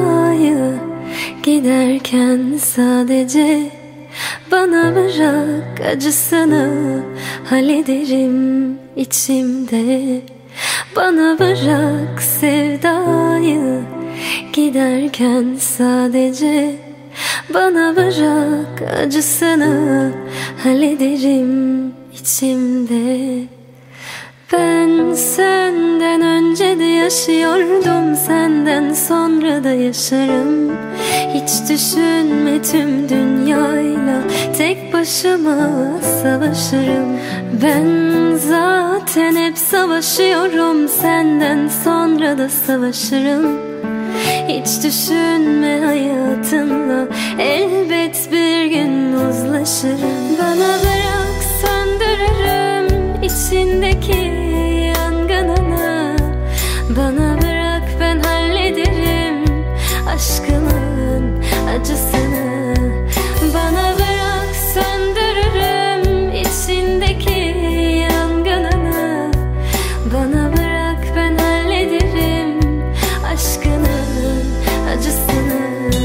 sevdayı giderken sadece bana bırak, acısını hallederim içimde. Bana bırak sevdayı giderken sadece bana bırak, acısını hallederim içimde. Ben senden önce de yaşıyordum, senden sonra da yaşarım. Hiç düşünme, tüm dünyayla tek başıma savaşırım. Ben zaten hep savaşıyorum, senden sonra da savaşırım. Hiç düşünme, hayatınla elbet bir gün uzlaşırım. Bana bırak, söndürürüm içindeki yangınını. Bana bırak, ben hallederim aşkımın acısını. Bana bırak, söndürürüm içindeki yangınını. Bana bırak, ben hallederim aşkının acısını.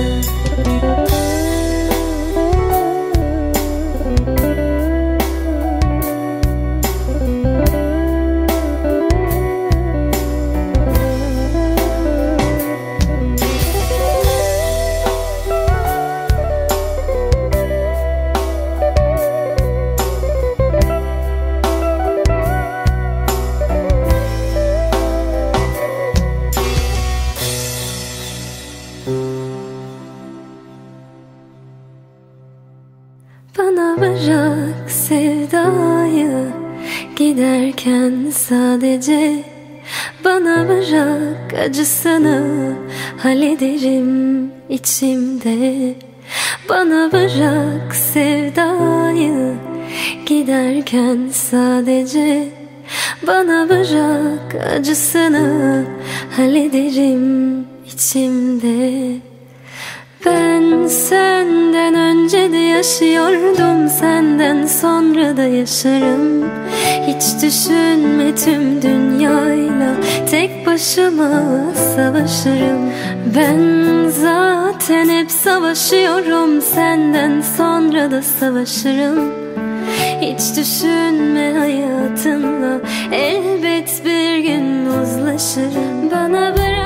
Bana bırak sevdayı giderken sadece bana bırak, acısını hallederim içimde. Bana bırak sevdayı giderken sadece bana bırak, acısını hallederim içimde. Ben senden önce de yaşıyordum, senden sonra da yaşarım. Hiç düşünme, tüm dünyayla tek başıma savaşırım. Ben zaten hep savaşıyorum, senden sonra da savaşırım. Hiç düşünme, hayatınla elbet bir gün uzlaşırım. Bana bırak,